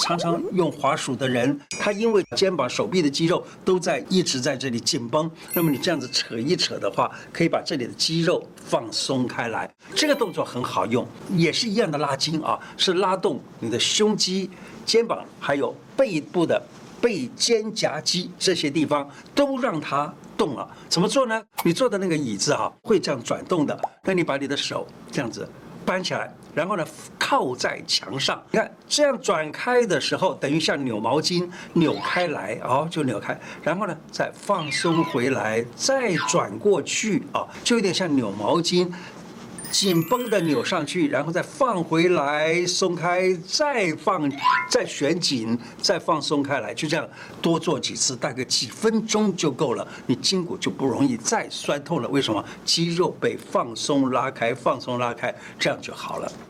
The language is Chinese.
常常用滑鼠的人，他因为肩膀、手臂的肌肉都一直在这里紧绷，那么你这样子扯一扯的话，可以把这里的肌肉放松开来。这个动作很好用，也是一样的拉筋啊，是拉动你的胸肌、肩膀还有背部的背肩胛肌这些地方都让它动了。怎么做呢？你坐的那个椅子会这样转动的，那你把你的手这样子搬起来，然后呢靠在墙上，你看这样转开的时候，等于像扭毛巾扭开来就扭开，然后呢再放松回来，再转过去就有点像扭毛巾。紧绷的扭上去，然后再放回来，松开，再旋紧，再放松开来，就这样多做几次，大概几分钟就够了，你筋骨就不容易再酸痛了。为什么？肌肉被放松拉开，放松拉开，这样就好了。